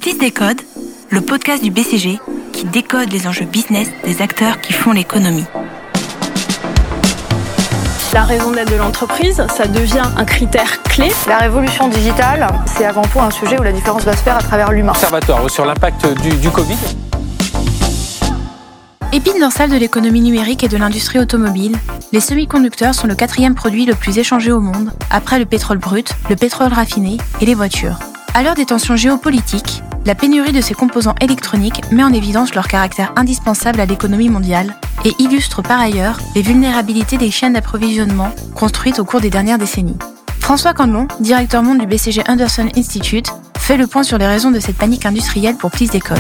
Plus décode, le podcast du BCG qui décode les enjeux business des acteurs qui font l'économie. La raison d'être de l'entreprise, ça devient un critère clé. La révolution digitale, c'est avant tout un sujet où la différence va se faire à travers l'humain. Observatoire sur l'impact du Covid. Épine dorsale de l'économie numérique et de l'industrie automobile, les semi-conducteurs sont le 4e produit le plus échangé au monde, après le pétrole brut, le pétrole raffiné et les voitures. À l'heure des tensions géopolitiques, la pénurie de ces composants électroniques met en évidence leur caractère indispensable à l'économie mondiale et illustre par ailleurs les vulnérabilités des chaînes d'approvisionnement construites au cours des dernières décennies. François Candelon, directeur monde du BCG Anderson Institute, fait le point sur les raisons de cette panique industrielle pour Plus décode.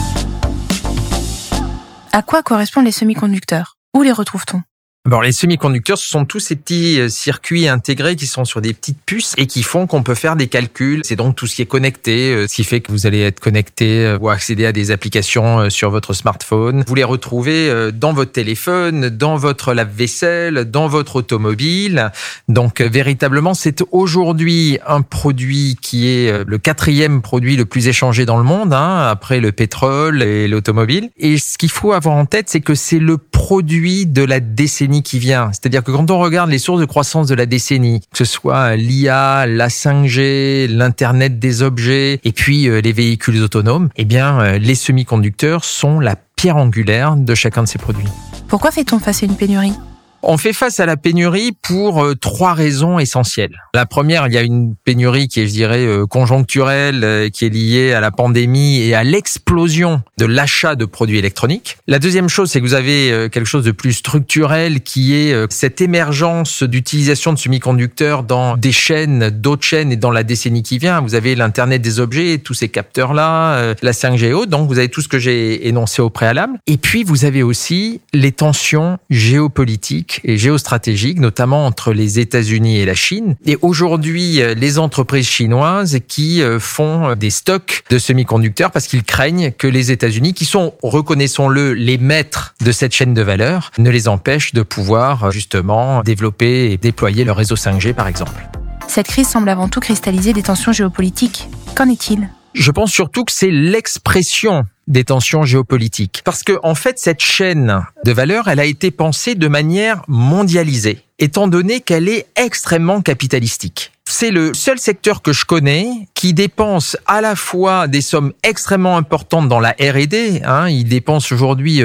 À quoi correspondent les semi-conducteurs ? Où les retrouve-t-on ? Alors, les semi-conducteurs, ce sont tous ces petits circuits intégrés qui sont sur des petites puces et qui font qu'on peut faire des calculs. C'est donc tout ce qui est connecté, ce qui fait que vous allez être connecté ou accéder à des applications sur votre smartphone. Vous les retrouvez dans votre téléphone, dans votre lave-vaisselle, dans votre automobile. Donc, véritablement, c'est aujourd'hui un produit qui est le 4e produit le plus échangé dans le monde, après le pétrole et l'automobile. Et ce qu'il faut avoir en tête, c'est que c'est le produit de la décennie qui vient. C'est-à-dire que quand on regarde les sources de croissance de la décennie, que ce soit l'IA, la 5G, l'Internet des objets et puis les véhicules autonomes, eh bien, les semi-conducteurs sont la pierre angulaire de chacun de ces produits. Pourquoi fait-on face à une pénurie ? On fait face à la pénurie pour 3 raisons essentielles. La première, il y a une pénurie qui est, je dirais, conjoncturelle, qui est liée à la pandémie et à l'explosion de l'achat de produits électroniques. La deuxième chose, c'est que vous avez quelque chose de plus structurel qui est cette émergence d'utilisation de semi-conducteurs dans des chaînes, d'autres chaînes et dans la décennie qui vient. Vous avez l'Internet des objets, tous ces capteurs-là, la 5G et autres. Donc, vous avez tout ce que j'ai énoncé au préalable. Et puis, vous avez aussi les tensions géopolitiques et géostratégique, notamment entre les États-Unis et la Chine. Et aujourd'hui, les entreprises chinoises qui font des stocks de semi-conducteurs parce qu'ils craignent que les États-Unis, qui sont, reconnaissons-le, les maîtres de cette chaîne de valeur, ne les empêchent de pouvoir justement développer et déployer leur réseau 5G, par exemple. Cette crise semble avant tout cristalliser des tensions géopolitiques. Qu'en est-il ? Je pense surtout que c'est l'expression des tensions géopolitiques. Parce que, en fait, cette chaîne de valeur, elle a été pensée de manière mondialisée, étant donné qu'elle est extrêmement capitalistique. C'est le seul secteur que je connais qui dépense à la fois des sommes extrêmement importantes dans la R&D. Ils dépensent aujourd'hui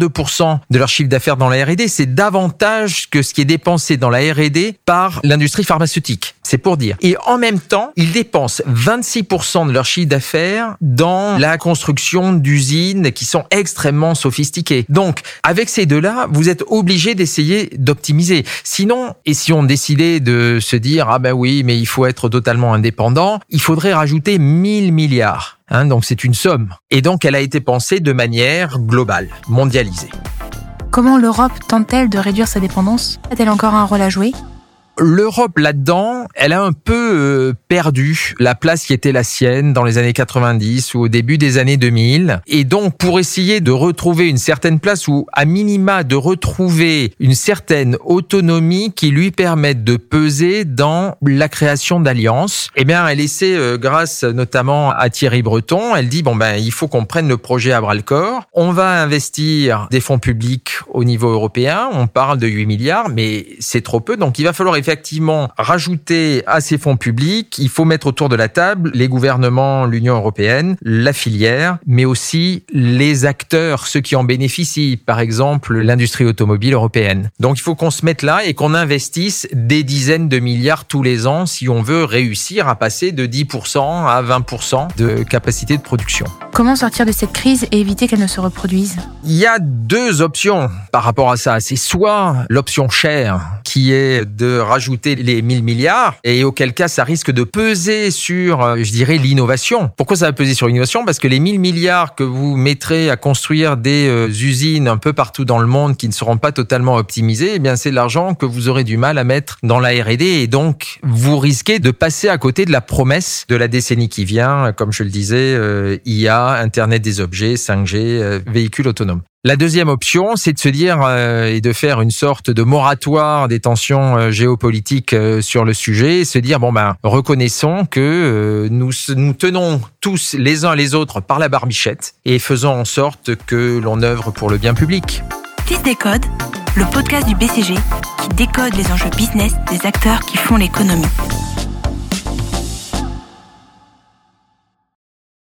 22% de leur chiffre d'affaires dans la R&D. C'est davantage que ce qui est dépensé dans la R&D par l'industrie pharmaceutique. C'est pour dire. Et en même temps, ils dépensent 26% de leur chiffre d'affaires dans la construction d'usines qui sont extrêmement sophistiquées. Donc, avec ces deux-là, vous êtes obligé d'essayer d'optimiser. Sinon, et si on décidait de se dire, oui, mais il faut être totalement indépendant, il faudrait rajouter 1000 milliards. Donc c'est une somme. Et donc elle a été pensée de manière globale, mondialisée. Comment l'Europe tente-t-elle de réduire sa dépendance ? A-t-elle encore un rôle à jouer ? L'Europe, là-dedans, elle a un peu perdu la place qui était la sienne dans les années 90 ou au début des années 2000. Et donc, pour essayer de retrouver une certaine place ou, à minima, de retrouver une certaine autonomie qui lui permette de peser dans la création d'alliances, elle essaie, grâce notamment à Thierry Breton, elle dit, il faut qu'on prenne le projet à bras-le-corps. On va investir des fonds publics au niveau européen. On parle de 8 milliards, mais c'est trop peu. Donc, il va falloir effectivement rajouter à ces fonds publics, il faut mettre autour de la table les gouvernements, l'Union européenne, la filière, mais aussi les acteurs, ceux qui en bénéficient, par exemple l'industrie automobile européenne. Donc il faut qu'on se mette là et qu'on investisse des dizaines de milliards tous les ans si on veut réussir à passer de 10% à 20% de capacité de production. Comment sortir de cette crise et éviter qu'elle ne se reproduise ? Il y a 2 options par rapport à ça. C'est soit l'option chère, qui est de rajouter les 1000 milliards, et auquel cas ça risque de peser sur, l'innovation. Pourquoi ça va peser sur l'innovation ? Parce que les 1000 milliards que vous mettrez à construire des usines un peu partout dans le monde qui ne seront pas totalement optimisées, c'est l'argent que vous aurez du mal à mettre dans la R&D, et donc vous risquez de passer à côté de la promesse de la décennie qui vient, comme je le disais, IA, l'IA, Internet des objets, 5G, véhicules autonomes. La deuxième option, c'est de se dire et de faire une sorte de moratoire des tensions géopolitiques sur le sujet, et se dire reconnaissons que nous tenons tous les uns les autres par la barbichette et faisons en sorte que l'on œuvre pour le bien public. Fils Décode, le podcast du BCG qui décode les enjeux business des acteurs qui font l'économie.